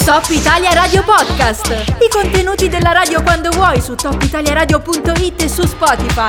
Top Italia Radio Podcast. I contenuti della radio quando vuoi su topitaliaradio.it e su Spotify.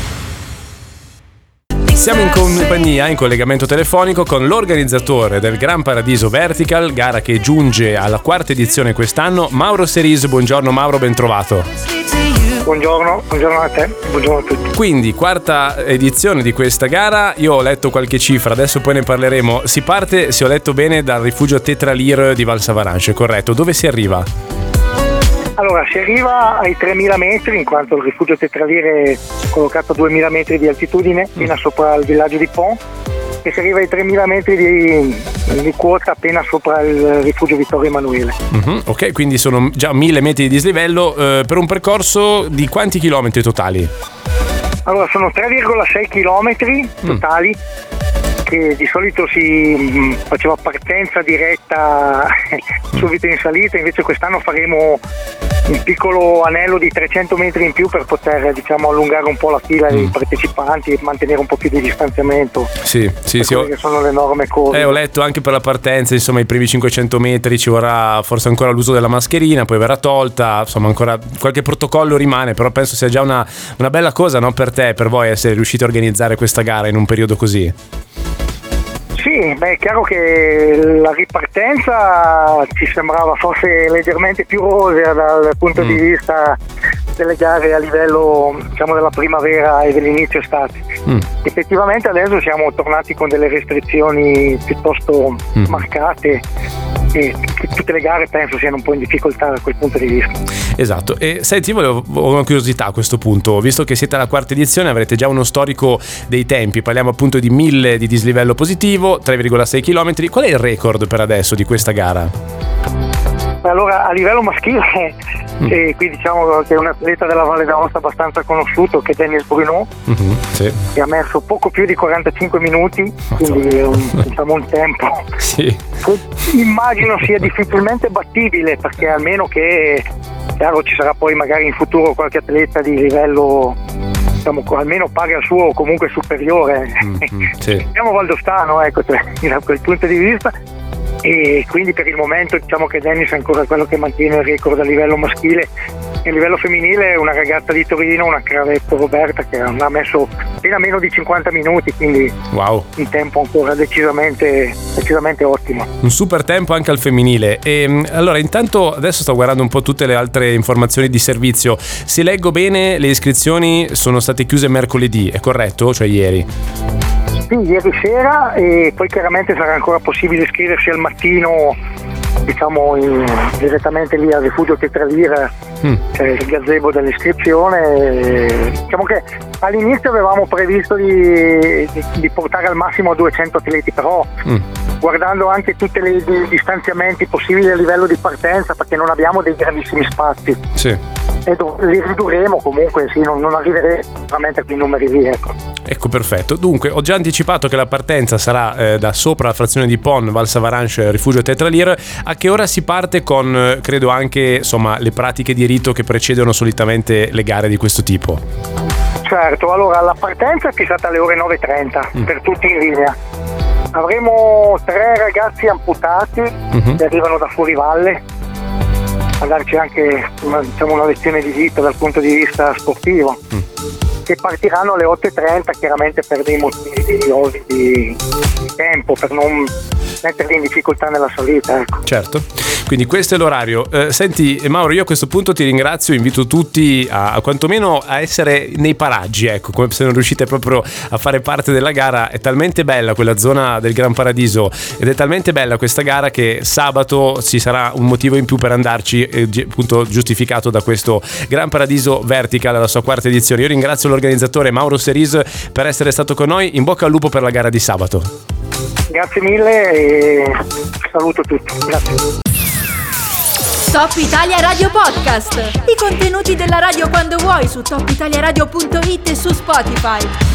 Siamo in compagnia, in collegamento telefonico con l'organizzatore del Gran Paradiso Vertical, gara che giunge alla quarta edizione quest'anno, Mauro Cerise. Buongiorno Mauro, ben trovato. Buongiorno a te, buongiorno a tutti. Quindi, quarta edizione di questa gara, io ho letto qualche cifra, adesso poi ne parleremo. Si parte, se ho letto bene, dal rifugio Tetralir di Val Savaranche, corretto? Dove si arriva? Allora, si arriva ai 3.000 metri, in quanto il rifugio Tetralir è collocato a 2.000 metri di altitudine, appena sopra il villaggio di Pont, e si arriva ai 3.000 metri di quota appena sopra il rifugio Vittorio Emanuele. Ok, quindi sono già 1.000 metri di dislivello per un percorso di quanti chilometri totali? Allora, sono 3,6 chilometri totali, che di solito si faceva partenza diretta subito in salita, invece quest'anno faremo un piccolo anello di 300 metri in più per poter, allungare un po' la fila dei partecipanti e mantenere un po' più di distanziamento. Sì, che sono le norme cose. Ho letto anche per la partenza, insomma, i primi 500 metri ci vorrà forse ancora l'uso della mascherina, poi verrà tolta, insomma ancora qualche protocollo rimane, però penso sia già una bella cosa, no, per te e per voi essere riusciti a organizzare questa gara in un periodo così. Sì, è chiaro che la ripartenza ci sembrava forse leggermente più rosea dal punto di vista delle gare a livello, della primavera e dell'inizio estate. Effettivamente adesso siamo tornati con delle restrizioni piuttosto marcate e tutte le gare penso siano un po' in difficoltà da quel punto di vista. Esatto. E senti, ho una curiosità a questo punto, visto che siete alla quarta edizione, avrete già uno storico dei tempi, parliamo appunto di 1.000 di dislivello positivo, 3,6 km. Qual è il record per adesso di questa gara? Allora, a livello maschile, qui diciamo che è un atleta della Valle d'Aosta abbastanza conosciuto, che è Dennis Bruno, sì, che ha messo poco più di 45 minuti, quindi un tempo sì, che immagino sia difficilmente battibile, perché almeno che, chiaro, ci sarà poi magari in futuro qualche atleta di livello almeno pari al suo o comunque superiore. Sì. Siamo valdostano, da quel punto di vista. E quindi per il momento che Dennis è ancora quello che mantiene il record a livello maschile. E a livello femminile è una ragazza di Torino, una Cravetto Roberta, che ha messo appena meno di 50 minuti, quindi wow, un tempo ancora decisamente ottimo. Un super tempo anche al femminile. E allora, intanto adesso sto guardando un po' tutte le altre informazioni di servizio. Se leggo bene, le iscrizioni sono state chiuse mercoledì, è corretto? Cioè ieri? Sì, ieri sera, e poi chiaramente sarà ancora possibile iscriversi al mattino, direttamente lì al rifugio Tetralir, c'è il gazebo dell'iscrizione. Diciamo che all'inizio avevamo previsto di portare al massimo 200 atleti, però guardando anche tutti i distanziamenti possibili a livello di partenza, perché non abbiamo dei grandissimi spazi, sì, e li ridurremo comunque, sì, non arriveremo veramente a quei numeri lì, Ecco, perfetto. Dunque, ho già anticipato che la partenza sarà da sopra la frazione di Pont, Val Savaranche, rifugio Tetralir. A che ora si parte con, credo anche, le pratiche di rito che precedono solitamente le gare di questo tipo? Certo, allora la partenza è fissata alle ore 9:30 per tutti in linea. Avremo 3 ragazzi amputati che arrivano da fuori valle a darci anche una lezione di vita dal punto di vista sportivo, che partiranno alle 8:30, chiaramente per dei motivi di tempo, per non metterli in difficoltà nella salita. Certo, quindi questo è l'orario. Senti Mauro, io a questo punto ti ringrazio, invito tutti a quantomeno a essere nei paraggi, come se non riuscite proprio a fare parte della gara. È talmente bella quella zona del Gran Paradiso ed è talmente bella questa gara che sabato ci sarà un motivo in più per andarci, appunto giustificato da questo Gran Paradiso Vertical, la sua quarta edizione. Io ringrazio l'organizzatore Mauro Cerise per essere stato con noi. In bocca al lupo per la gara di sabato. Grazie mille e saluto tutti. Grazie. Top Italia Radio Podcast. I contenuti della radio quando vuoi su topitaliaradio.it e su Spotify.